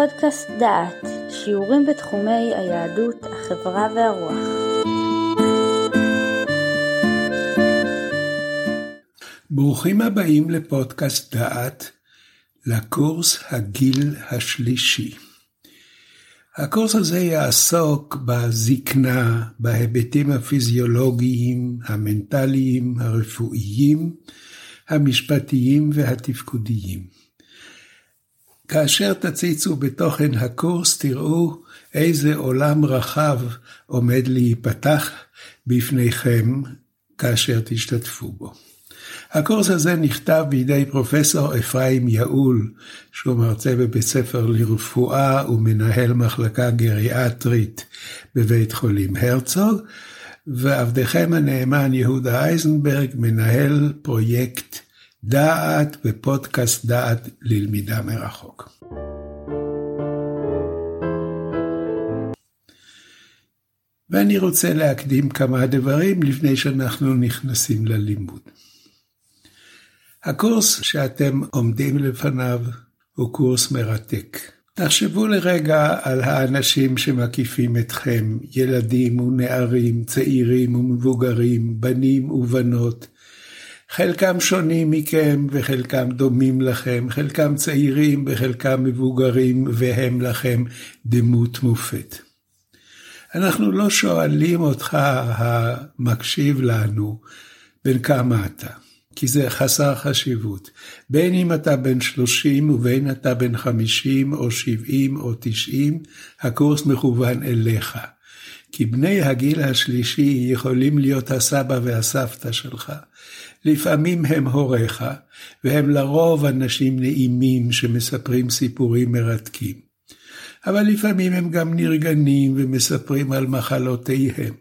פודקאסט דעת, שיעורים בתחומי היהדות, החברה והרוח. ברוכים הבאים לפודקאסט דעת, לקורס הגיל השלישי. הקורס הזה יעסוק בזקנה, בהיבטים הפיזיולוגיים, המנטליים, הרפואיים, המשפטיים והתפקודיים. כאשר תציצו בתוכן הקורס, תראו איזה עולם רחב עומד להיפתח בפניכם כאשר תשתתפו בו. הקורס הזה נכתב בידי פרופסור אפרים יעול, שהוא מרצה בבית ספר לרפואה ומנהל מחלקה גריאטרית בבית חולים הרצוג, ועבדכם הנאמן יהודה אייזנברג, מנהל פרויקט דעת ופודקאסט דעת ללמידה מרחוק. ואני רוצה להקדים כמה דברים לפני שאנחנו נכנסים ללימוד. הקורס שאתם עומדים לפניו הוא קורס מרתק. תחשבו לרגע על האנשים שמקיפים אתכם, ילדים ונערים, צעירים ומבוגרים, בנים ובנות. חלקם שונים מכם וחלקם דומים לכם, חלקם צעירים וחלקם מבוגרים והם לכם דמות מופת. אנחנו לא שואלים אותך המקשיב לנו בין כמה אתה, כי זה חסר חשיבות. בין אם אתה בן 30 ובין אתה בן 50 או 70 או 90, הקורס מכוון אליך. כי בני הגיל השלישי יכולים להיות הסבא והסבתא שלך. לפעמים הם הוריך, והם לרוב אנשים נעימים שמספרים סיפורים מרתקים. אבל לפעמים הם גם נרגנים ומספרים על מחלותיהם.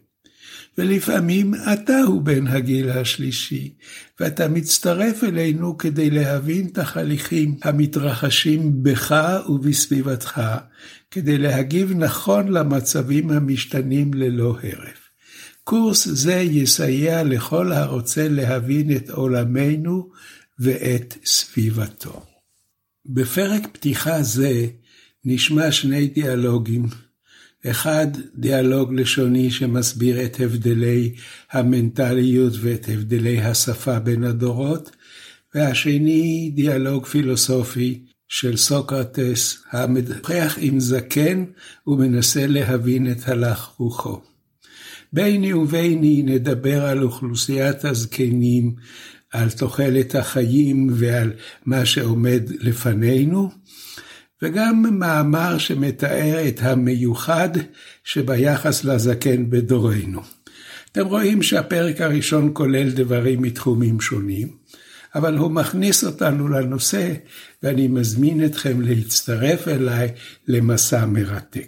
ולפעמים אתה הוא בן הגיל השלישי, ואתה מצטרף אלינו כדי להבין את החליכים המתרחשים בך ובסביבתך, כדי להגיב נכון למצבים המשתנים ללא הרף. קורס זה יסייע לכל הרוצה להבין את עולמנו ואת סביבתו. בפרק פתיחה זה נשמע שני דיאלוגים. אחד, דיאלוג לשוני שמסביר את הבדלי המנטליות ואת הבדלי השפה בין הדורות, והשני, דיאלוג פילוסופי של סוקרטס, המדווח עם זקן ומנסה להבין את הלך רוחו. ביני וביני נדבר על אוכלוסיית הזקנים, על תוחלת החיים ועל מה שעומד לפנינו, וגם מאמר שמתאר את המיוחד שביחס לזקן בדורנו. אתם רואים שהפרק הראשון כולל דברים מתחומים שונים, אבל הוא מכניס אותנו לנושא, ואני מזמין אתכם להצטרף אליי למסע מרתק.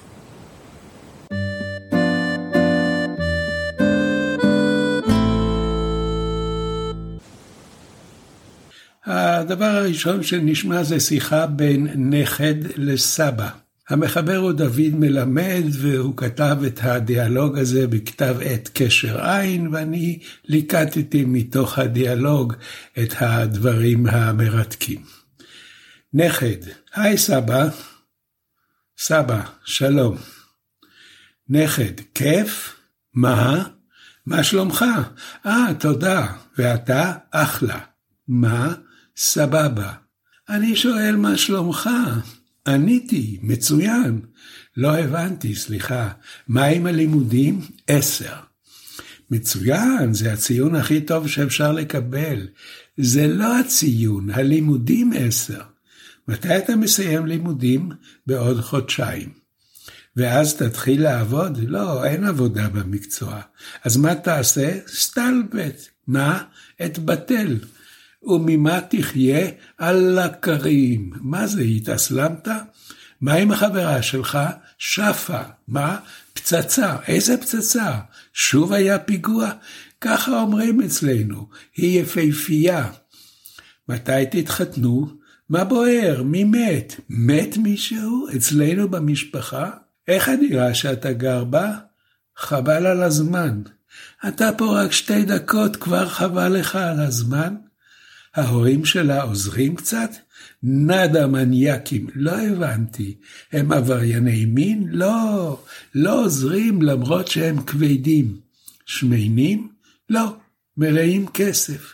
הדבר הראשון שנשמע זה שיחה בין נכד לסבא. המחבר הוא דוד מלמד, והוא כתב את הדיאלוג הזה בכתב עת קשר עין, ואני ליקטתי מתוך הדיאלוג את הדברים המרתקים. נכד, היי סבא. סבא, שלום. נכד, כיף? מה שלומך? תודה. ואתה? אחלה. מה? סבבה. אני שואל מה שלומך? עניתי, מצוין. לא הבנתי, סליחה. מה עם הלימודים? 10. מצוין, זה הציון הכי טוב שאפשר לקבל. זה לא הציון, הלימודים 10. מתי אתה מסיים לימודים? בעוד חודשיים. ואז תתחיל לעבוד? לא, אין עבודה במקצוע. אז מה תעשה? סטלבט. מה? אתבטל. וממה תחיה? על הקרים. מה זה, התאסלמת? מה עם החברה שלך? שפה. מה? פצצה. איזה פצצה? שוב היה פיגוע? ככה אומרים אצלנו. היא יפהפייה. מתי תתחתנו? מה בוער? מי מת? מת מישהו? אצלנו במשפחה? איך הדירה שאתה גר בה? חבל על הזמן. אתה פה רק 2 דקות, כבר חבל לך על הזמן? ההורים שלה עוזרים קצת? נדה מניאקים, לא הבנתי. הם עברייני מין? לא עוזרים למרות שהם כבדים. שמיינים? לא, מלאים כסף.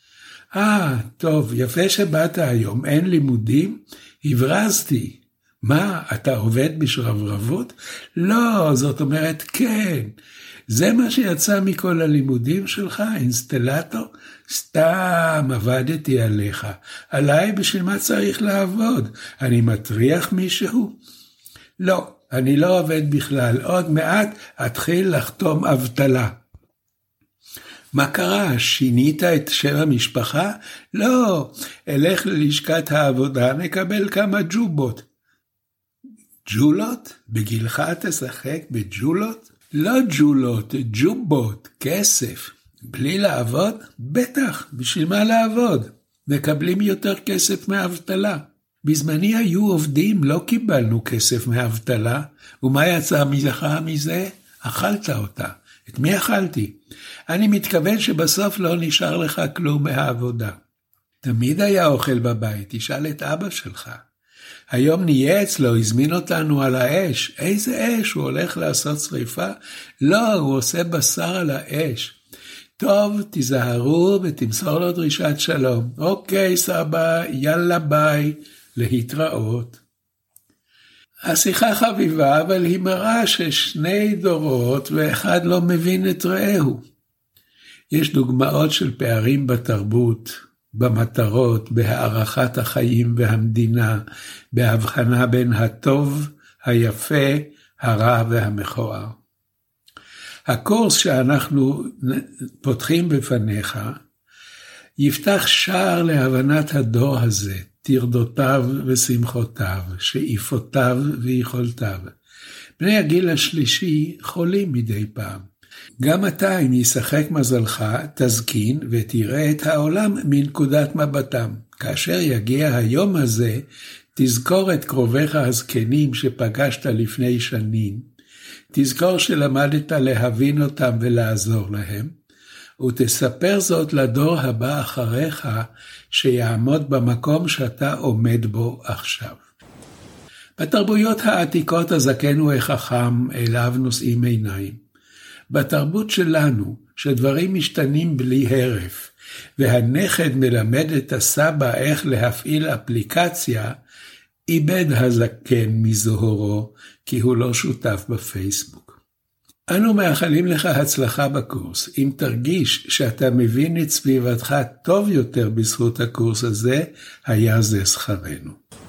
טוב, יפה שבאת היום, אין לימודים? הברזתי. מה, אתה עובד בשרברבות? לא, זאת אומרת כן. זה מה שיצא מכל הלימודים שלך, אינסטלטור? סתם עבדתי עליך. עליי בשביל מה צריך לעבוד? אני מטריח מישהו? לא, אני לא עובד בכלל. עוד מעט אתחיל לחתום אבטלה. מה קרה? שינית את שם המשפחה? לא, אלך ללשכת העבודה, נקבל כמה ג'ובות. ג'ולות? בגילך תשחק בג'ולות? לא ג'ולות, ג'ובות, כסף. בלי לעבוד? בטח, בשביל מה לעבוד? מקבלים יותר כסף מאבטלה. בזמני היו עובדים, לא קיבלנו כסף מאבטלה, ומה יצא מזה? אכלת אותה. את מי אכלתי? אני מתכוון שבסוף לא נשאר לך כלום מהעבודה. תמיד היה אוכל בבית, תשאל את אבא שלך. היום נהיה אצלו, הזמין אותנו על האש. איזה אש? הוא הולך לעשות שריפה? לא, הוא עושה בשר על האש. טוב, תיזהרו ותמסור לו דרישת שלום. אוקיי, סבא, יאללה ביי, להתראות. השיחה חביבה, אבל היא מראה ששני דורות ואחד לא מבין את רעהו. יש דוגמאות של פערים בתרבות, במטרות, בהערכת החיים והמדינה, בהבחנה בין הטוב, היפה, הרע והמכוער. הקורס שאנחנו פותחים בפניך, יפתח שער להבנת הדור הזה, תרדותיו ושמחותיו, שאיפותיו ויכולתיו. בני הגיל השלישי חולים מדי פעם. גם אתה, אם ישחק מזלך, תזכין ותראה את העולם מנקודת מבטם. כאשר יגיע היום הזה, תזכור את קרוביך הזקנים שפגשת לפני שנים. תזכור שלמדת להבין אותם ולעזור להם. ותספר זאת לדור הבא אחריך, שיעמוד במקום שאתה עומד בו עכשיו. בתרבויות העתיקות הזקן הוא החכם, אליו נושאים עיניים. בתרבות שלנו, שדברים משתנים בלי הרף, והנכד מלמד את הסבא איך להפעיל אפליקציה, איבד הזקן מזוהרו, כי הוא לא שותף בפייסבוק. אנו מאחלים לך הצלחה בקורס. אם תרגיש שאתה מבין את סביבתך טוב יותר בזכות הקורס הזה, היה זה שכרנו.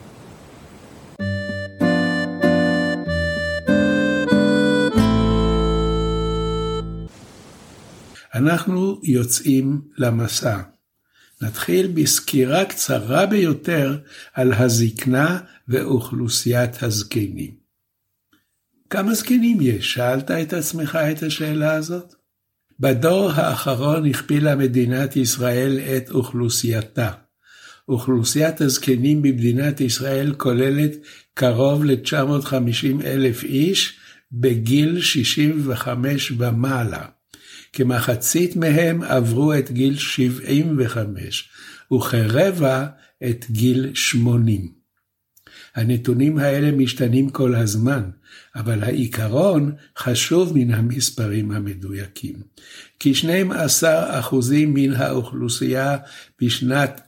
אנחנו יוצאים למסע. נתחיל בסקירה קצרה ביותר על הזקנה ואוכלוסיית הזקנים. כמה זקנים יש? שאלת את עצמך את השאלה הזאת? בדור האחרון הכפילה מדינת ישראל את אוכלוסייתה. אוכלוסיית הזקנים במדינת ישראל כוללת קרוב ל-950,000 איש בגיל 65 ומעלה. כמחצית מהם עברו את גיל 75, וכרבע את גיל 80. הנתונים האלה משתנים כל הזמן, אבל העיקרון חשוב מן המספרים המדויקים. כי 12% מן האוכלוסייה בשנת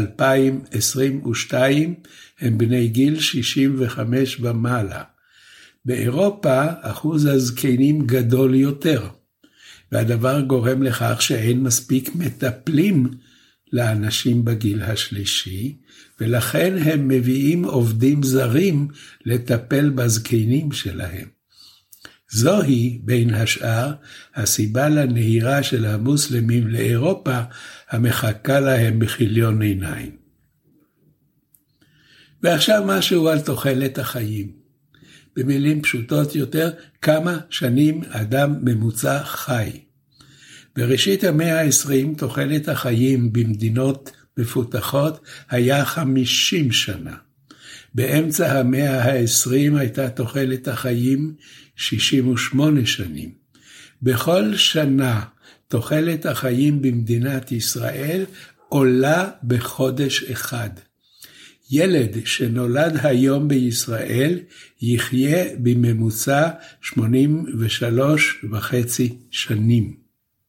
2022 הם בני גיל 65 ומעלה. באירופה אחוז הזקנים גדול יותר. והדבר גורם לכך שאין מספיק מטפלים לאנשים בגיל השלישי, ולכן הם מביאים עובדים זרים לטפל בזקנים שלהם. זוהי, בין השאר, הסיבה לנהירה של המוסלמים לאירופה, המחכה להם בכיליון עיניים. ועכשיו משהו על תוחלת החיים. במילים פשוטות יותר, כמה שנים אדם ממוצע חי. בראשית המאה ה-20 תוחלת החיים במדינות מפותחות היה 50 שנה. באמצע המאה ה-20 הייתה תוחלת החיים 68 שנים. בכל שנה תוחלת החיים במדינת ישראל עולה בחודש אחד. ילד שנולד היום בישראל יחיה בממוצע 83.5 שנים.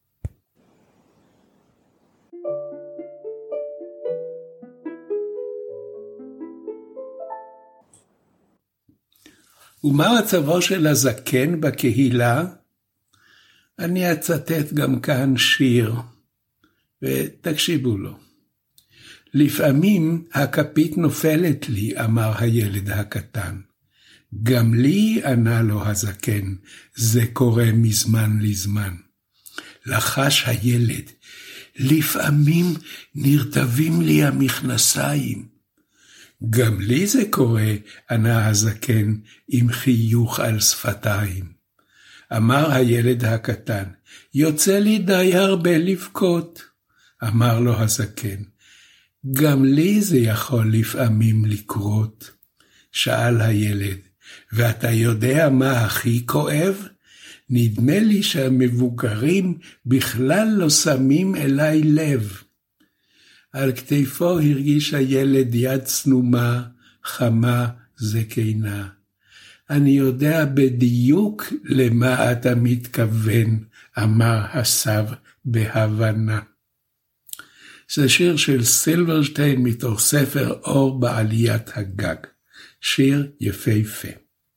ומה מצבו של הזקן בקהילה? אני אצטט גם כאן שיר, ותקשיבו לו. לפעמים הכפית נופלת לי, אמר הילד הקטן. גם לי, ענה לו הזקן, זה קורה מזמן לזמן. לחש הילד, לפעמים נרטבים לי המכנסיים. גם לי זה קורה, ענה הזקן עם חיוך על שפתיים. אמר הילד הקטן, יוצא לי די הרבה לבכות. אמר לו הזקן, גם לי זה יכול לפעמים לקרות. שאל הילד, ואתה יודע מה הכי כואב? נדמה לי שהמבוגרים בכלל לא שמים אליי לב. על כתפו הרגיש הילד יד צנומה, חמה, זקנה. אני יודע בדיוק למה אתה מתכוון, אמר הסב בהבנה. זה שיר של סילברשטיין מתוך ספר אור בעליית הגג. שיר יפהפה.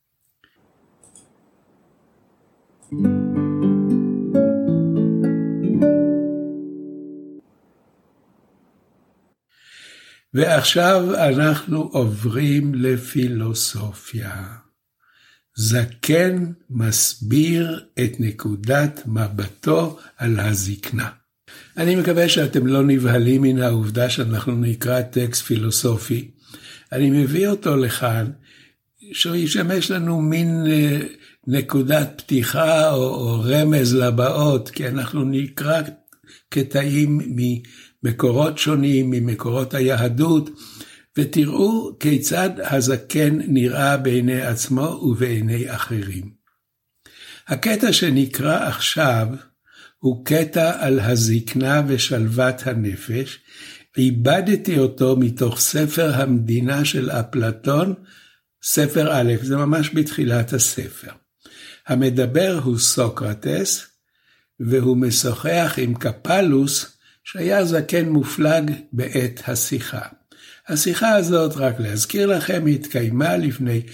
ועכשיו אנחנו עוברים לפילוסופיה. זקן מסביר את נקודת מבטו על הזקנה. אני מקווה שאתם לא נבהלים מן העובדה שאנחנו נקרא טקסט פילוסופי. אני מביא אותו לכאן, שהוא ישמש לנו מין נקודת פתיחה או רמז לבאות, כי אנחנו נקרא קטעים ממקורות שונים, ממקורות היהדות, ותראו כיצד הזקן נראה בעיני עצמו ובעיני אחרים. הקטע שנקרא עכשיו הוא קטע על הזקנה ושלוות הנפש. עיבדתי אותו מתוך ספר המדינה של אפלטון, ספר א', זה ממש בתחילת הספר. המדבר הוא סוקרטס, והוא משוחח עם קפלוס, שהיה זקן מופלג בעת השיחה. השיחה הזאת, רק להזכיר לכם, התקיימה לפני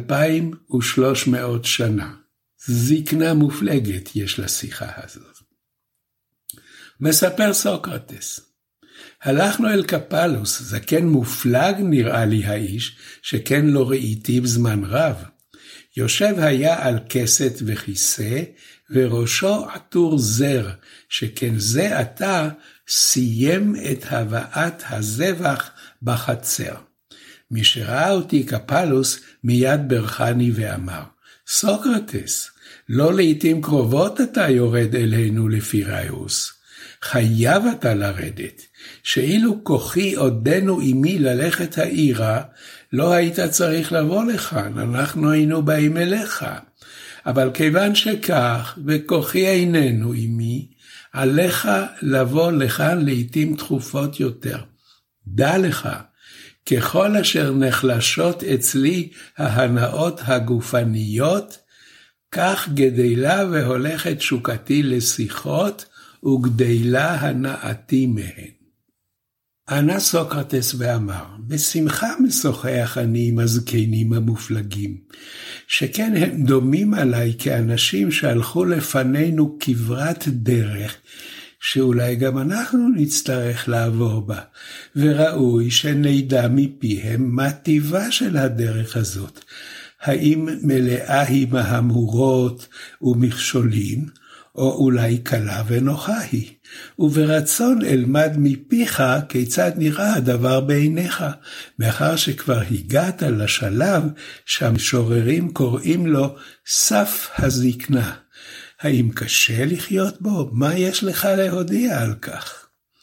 2300 שנה. זקנה מופלגת יש לשיחה הזאת. מספר סוקרטס, הלכנו אל קפלוס, זקן מופלג נראה לי האיש, שכן לא ראיתי בזמן רב. יושב היה על כסת וכיסא, וראשו עטור זר, שכן זה עתה סיים את הבאת הזבח בחצר. מי שראה אותי קפלוס מיד ברכני ואמר, סוקרטס, לא לעתים קרובות אתה יורד אלינו לפיראוס. חייב אתה לרדת, שאילו כוחי עודנו עמי ללכת העירה, לא היית צריך לבוא לכאן, אנחנו היינו באים אליך. אבל כיוון שכך, וכוחי איננו עמי, עליך לבוא לכאן לעתים תכופות יותר. דע לך, ככל אשר נחלשות אצלי ההנאות הגופניות, כך גדלה והולכת שוקתי לשיחות, וגדלה הנאתי מהן. ענה סוקרטס ואמר, בשמחה משוחח אני עם הזקנים המופלגים, שכן הם דומים עליי כאנשים שהלכו לפנינו כברת דרך, שאולי גם אנחנו נצטרך לעבור בה, וראוי שנדע מפיהם מה טיבה של הדרך הזאת, האם מלאה היא מהמורות ומכשולים, או אולי קלה ונוחה היא, וברצון אלמד מפיך כיצד נראה הדבר בעיניך, מאחר שכבר הגעת לשלב שהמשוררים קוראים לו סף הזקנה. האם קשה לחיות בו? מה יש לך להודיע על כך?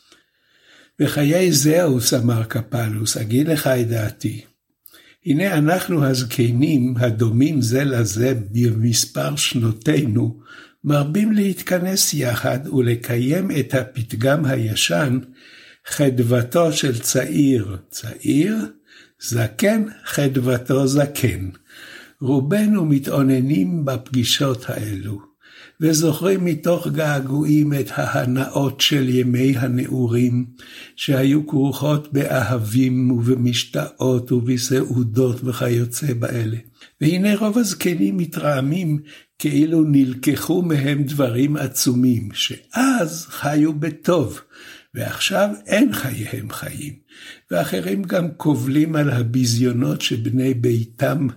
בחיי זהוס, אמר קפלוס, אגיד לך את דעתי. הנה אנחנו הזקנים הדומים זה לזה במספר שנותינו, מרבים להתכנס יחד ולקיים את הפתגם הישן, חדוותו של צעיר, צעיר, זקן חדוותו זקן. רובנו מתאוננים בפגישות האלו, וזוכרים מתוך געגועים את ההנאות של ימי הנעורים, שהיו כרוכות באהבים ובמשתאות ובסעודות וכיוצא באלה. והנה רוב הזקנים מתרעמים כאילו נלקחו מהם דברים עצומים, שאז חיו בטוב, ועכשיו אין חייהם חיים. ואחרים גם קובלים על הביזיונות שבני ביתם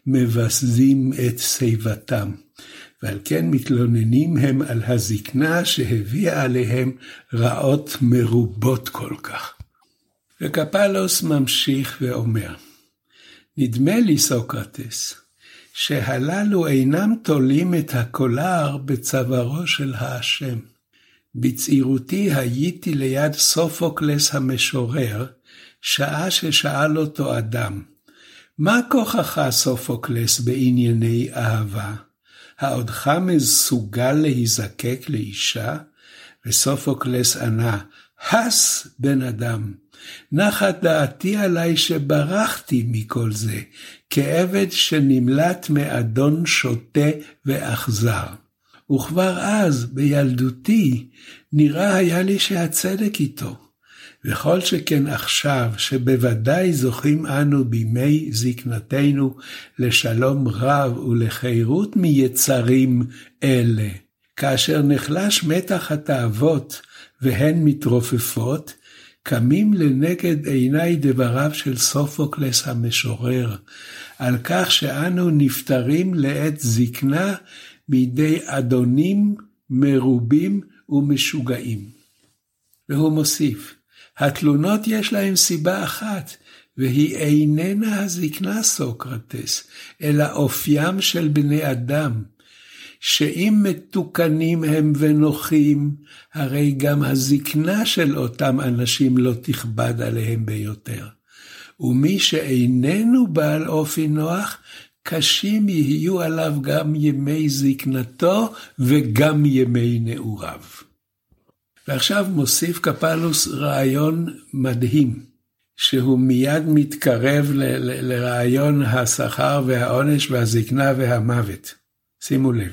מבזים את שיבתם. ועל כן מתלוננים הם על הזקנה שהביאה עליהם רעות מרובות כל כך. וקפלוס ממשיך ואומר, נדמה לי סוקרטס, שהללו אינם תולים את הקולר בצווארו של האשם. בצעירותי הייתי ליד סופוקלס המשורר, שעה ששאל אותו אדם, מה כוחך סופוקלס בענייני אהבה? העודך מסוגל להיזקק לאישה? וסופוקלס ענה, הס בן אדם, נחת דעתי עלי שברחתי מכל זה, כעבד שנמלט מאדון שוטה ואכזר. וכבר אז, בילדותי, נראה היה לי שהצדק איתו. וכל שכן עכשיו, שבוודאי זוכים אנו בימי זקנתנו לשלום רב ולחירות מיצרים אלה. כאשר נחלש מתח התאוות והן מתרופפות, קמים לנגד עיני דבריו של סופוקלס המשורר, על כך שאנו נפטרים לעת זקנה מידי אדונים מרובים ומשוגעים. והוא מוסיף, התלונות יש להם סיבה אחת, והיא איננה הזקנה סוקרטס, אלא אופיים של בני אדם, שאם מתוקנים הם ונוחים, הרי גם הזקנה של אותם אנשים לא תכבד עליהם ביותר. ומי שאיננו בעל אופי נוח, קשים יהיו עליו גם ימי זקנתו וגם ימי נעוריו. ועכשיו מוסיף קפלוס רעיון מדהים, שהוא מיד מתקרב לרעיון השכר והעונש והזקנה והמוות. שימו לב.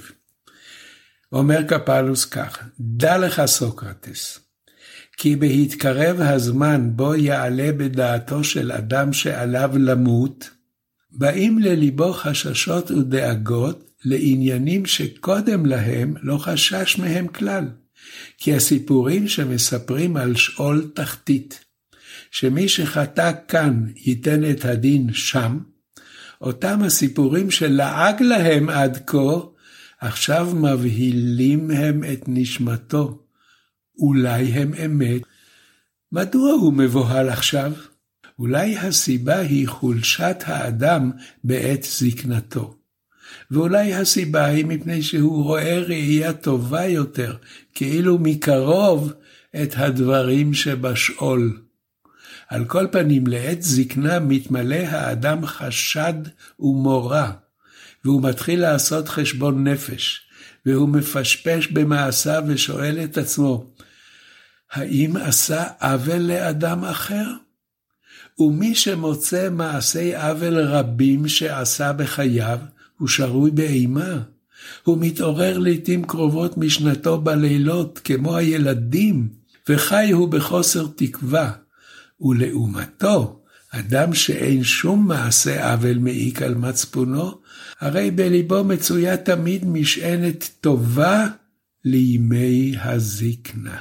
אומר קפלוס כך, דע לך סוקרטס, כי בהתקרב הזמן בו יעלה בדעתו של אדם שעליו למות, באים לליבו חששות ודאגות לעניינים שקודם להם לא חשש מהם כלל. כי הסיפורים שמספרים על שאול תחתית, שמי שחטא כאן ייתן את הדין שם, אותם הסיפורים שלעג להם עד כה, עכשיו מבהילים הם את נשמתו. אולי הם אמת. מדוע הוא מבוהל עכשיו? אולי הסיבה היא חולשת האדם בעת זקנתו. ואולי הסיבה היא מפני שהוא רואה ראייה טובה יותר, כאילו מקרוב את הדברים שבשאול. על כל פנים, לעת זקנה מתמלא האדם חשד ומורא, והוא מתחיל לעשות חשבון נפש, והוא מפשפש במעשיו ושואל את עצמו, האם עשה עוול לאדם אחר? ומי שמוצא מעשי עוול רבים שעשה בחייו, הוא שרוי באימה. הוא מתעורר לעתים קרובות משנתו בלילות, כמו הילדים, וחי הוא בחוסר תקווה. ולעומתו, אדם שאין שום מעשה עוול מעיק על מצפונו, הרי בליבו מצויה תמיד משענת טובה לימי הזקנה.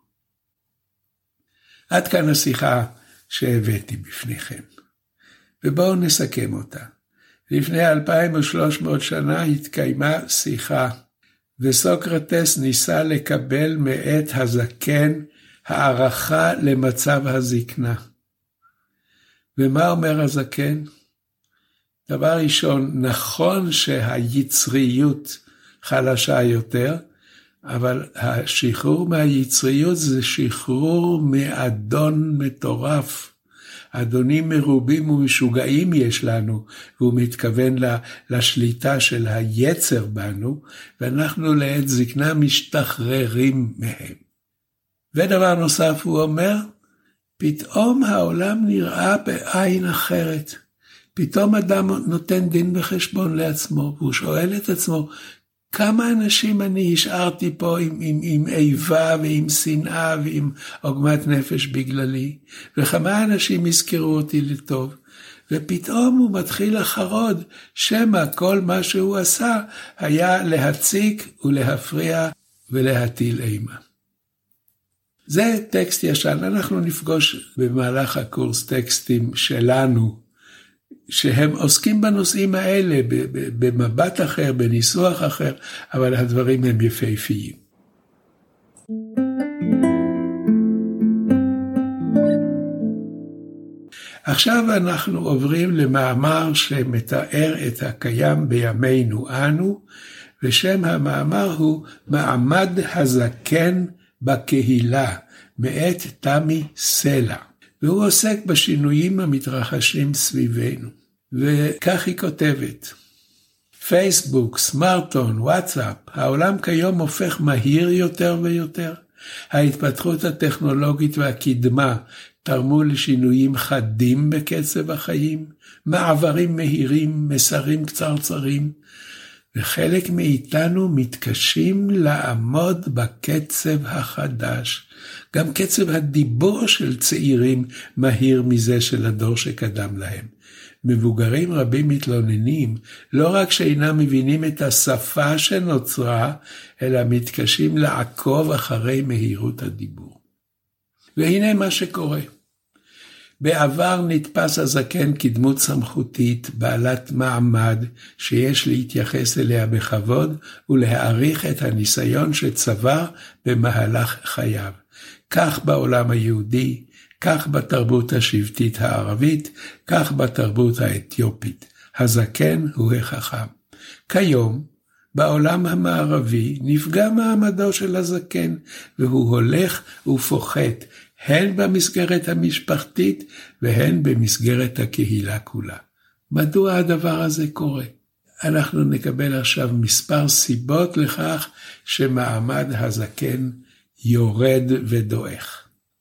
עד כאן השיחה שהבאתי בפניכם. ובואו נסכם אותה. לפני 2300 שנה התקיימה שיחה, וסוקרטס ניסה לקבל מאת הזקן הערכה למצב הזקנה. ומה אומר הזקן? דבר ראשון, נכון שהיצריות חלשה יותר, אבל השחרור מהיצריות זה שחרור מאדון מטורף. אדונים מרובים ומשוגעים יש לנו, והוא מתכוון לשליטה של היצר בנו, ואנחנו לעת זקנה משתחררים מהם. ודבר נוסף הוא אומר, פתאום העולם נראה בעין אחרת. פתאום אדם נותן דין וחשבון לעצמו, והוא שואל את עצמו, כמה אנשים אני השארתי פה עם איבה ועם שנאה ועם עוגמת נפש בגללי, וכמה אנשים יזכרו אותי לטוב, ופתאום הוא מתחיל לחרוד שמה כל מה שהוא עשה היה להציק ולהפריע ולהטיל אימה. זה טקסט ישן, אנחנו נפגוש במהלך הקורס טקסטים שלנו, שהם עוסקים בנושאים האלה, במבט אחר, בניסוח אחר, אבל הדברים הם יפהפיים. עכשיו אנחנו עוברים למאמר שמתאר את הקיים בימינו אנו, ושם המאמר הוא מעמד הזקן בקהילה, מאת תמי סלע. והוא עוסק בשינויים המתרחשים סביבנו. וכך היא כותבת, פייסבוק, סמארטפון, וואטסאפ, העולם כיום הופך מהיר יותר ויותר. ההתפתחות הטכנולוגית והקדמה תרמו לשינויים חדים בקצב החיים, מעברים מהירים, מסרים קצרצרים, וחלק מאיתנו מתקשים לעמוד בקצב החדש. גם קצב הדיבור של צעירים מהיר מזה של הדור שקדם להם. מבוגרים רבים מתלוננים, לא רק שאינם מבינים את השפה שנוצרה, אלא מתקשים לעקוב אחרי מהירות הדיבור. והנה מה שקורה. בעבר נתפס הזקן כדמות סמכותית, בעלת מעמד, שיש להתייחס אליה בכבוד, ולהעריך את הניסיון שצבר במהלך חייו. כך בעולם היהודי, כך בתרבות השבטית הערבית, כך בתרבות האתיופית. הזקן הוא החכם. כיום, בעולם המערבי, נפגע מעמדו של הזקן, והוא הולך ופוחת, הן במסגרת המשפחתית, והן במסגרת הקהילה כולה. מדוע הדבר הזה קורה? אנחנו נקבל עכשיו מספר סיבות לכך שמעמד הזקן יורד ודועך.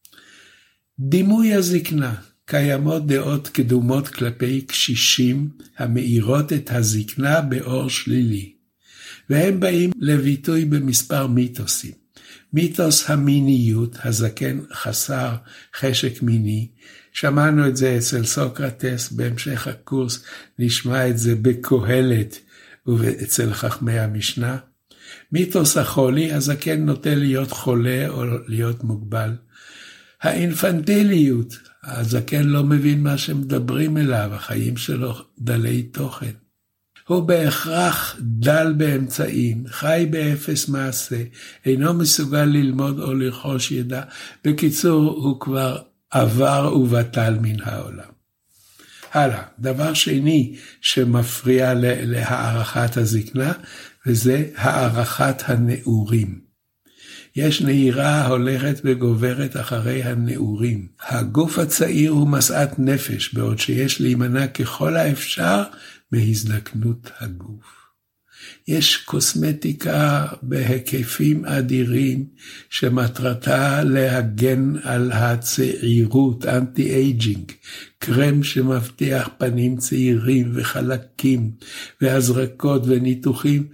דימוי הזקנה, קיימות דעות קדומות כלפי קשישים המאירות את הזקנה באור שלילי, והם באים לביטוי במספר מיתוסים. מיתוס המיניות, הזקן חסר חשק מיני, שמענו את זה אצל סוקרטס, בהמשך הקורס נשמע את זה בקהלת ואצל חכמי המשנה. מיתוס החולי, הזקן נוטה להיות חולה או להיות מוגבל. האינפנטיליות, הזקן לא מבין מה שמדברים אליו, החיים שלו דלי תוכן. הוא בהכרח דל באמצעים, חי באפס מעשה, אינו מסוגל ללמוד או לרכוש ידע. בקיצור, הוא כבר עבר ובטל מן העולם. הלאה, דבר שני שמפריע להערכת הזקנה, וזה הערכת הנעורים. יש נהירה הולכת וגוברת אחרי הנעורים. הגוף הצעיר הוא משאת נפש, בעוד שיש להימנע ככל האפשר מהזדקנות הגוף. יש קוסמטיקה בהיקפים אדירים שמטרתה להגן על הצעירות, אנטי-אייג'ינג, קרם שמבטיח פנים צעירים וחלקים והזרקות וניתוחים,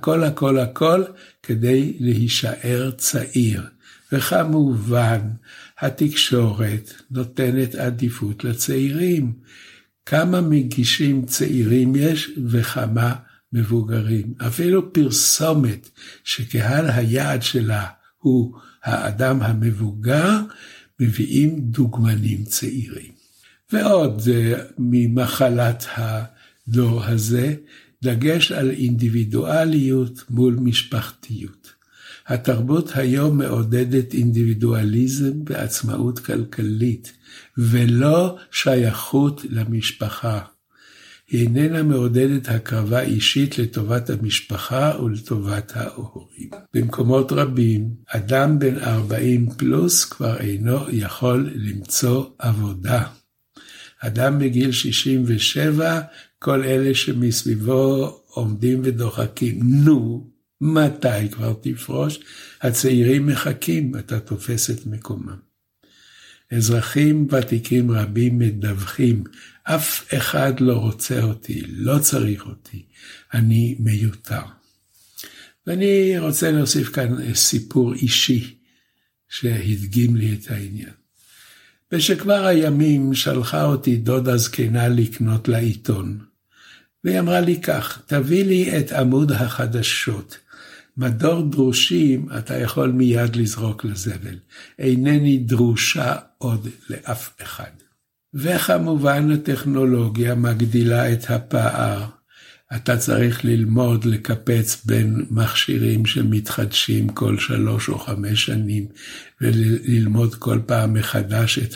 הכל כדי להישאר צעיר. וכמובן התקשורת נותנת עדיפות לצעירים. כמה מגישים צעירים יש וכמה מבוגרים. אפילו פרסומת שקהל היעד שלה הוא האדם המבוגר, מביאים דוגמנים צעירים. ועוד ממחלת הדור הזה, דגש על אינדיבידואליות מול משפחתיות. התרבות היום מעודדת אינדיבידואליזם ועצמאות כלכלית, ולא שייכות למשפחה. היא איננה מעודדת הקרבה אישית לטובת המשפחה ולטובת ההורים. במקומות רבים, אדם בן 40 פלוס כבר אינו יכול למצוא עבודה. אדם בגיל 67, כל אלה שמסביבו עומדים ודוחקים, נו, מתי כבר תפרוש? הצעירים מחכים, אתה תופס את מקומם. אזרחים ותיקים רבים מדווחים, אף אחד לא רוצה אותי, לא צריך אותי, אני מיותר. ואני רוצה להוסיף כאן סיפור אישי שהדגים לי את העניין. בשכבר הימים שלחה אותי דודה זקנה לקנות לעיתון, והיא אמרה לי כך, תביא לי את עמוד החדשות, מדור דרושים אתה יכול מיד לזרוק לזבל, אינני דרושה עוד לאף אחד. וכמובן הטכנולוגיה מגדילה את הפער, אתה צריך ללמוד לקפץ בין מכשירים שמתחדשים כל 3 או 5 שנים, וללמוד כל פעם מחדש את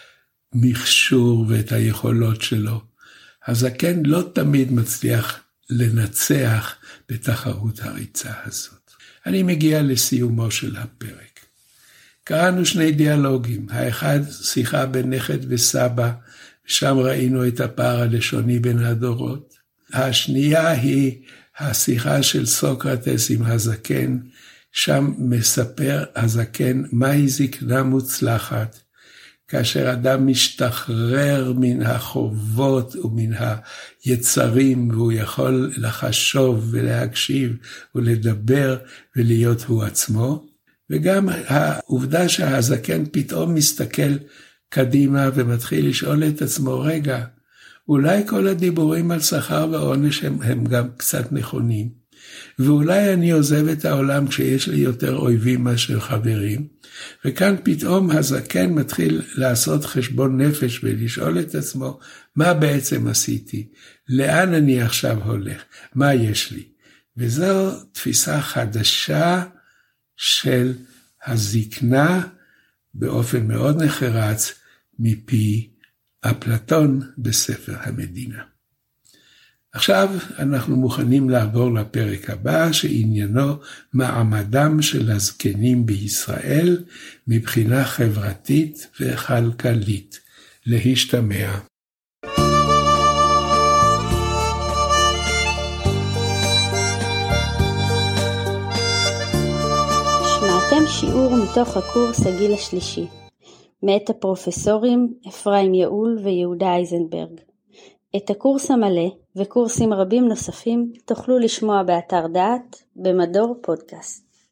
המכשור ואת היכולות שלו. הזקן לא תמיד מצליח לנצח בתחרות הריצה הזאת. אני מגיע לסיומו של הפרק. קראנו 2 דיאלוגים, האחד שיחה בין נכד וסבא, ושם ראינו את הפער הלשוני בין הדורות. השנייה היא השיחה של סוקרטס עם הזקן, שם מספר הזקן מהי זקנה מוצלחת, כאשר אדם משתחרר מן החובות ומן היצרים, והוא יכול לחשוב ולהקשיב ולדבר ולהיות הוא עצמו, וגם העובדה שהזקן פתאום מסתכל קדימה ומתחיל לשאול את עצמו, רגע, אולי כל הדיבורים על שכר ועונש הם גם קצת נכונים, ואולי אני עוזב את העולם כשיש לי יותר אויבים מאשר חברים, וכאן פתאום הזקן מתחיל לעשות חשבון נפש ולשאול את עצמו, מה בעצם עשיתי? לאן אני עכשיו הולך? מה יש לי? וזו תפיסה חדשה של הזקנה באופן מאוד נחרץ מפי אפלטון בספר המדינה. עכשיו אנחנו מוכנים לעבור לפרק הבא שעניינו מעמדם של הזקנים בישראל מבחינה חברתית וכלכלית. להשתמע. שמעתם שיעור מתוך הקורס הגיל השלישי, מאת הפרופסורים אפרים יעול ויהודה אייזנברג. את הקורס המלא וקורסים רבים נוספים תוכלו לשמוע באתר דעת במדור פודקאסט.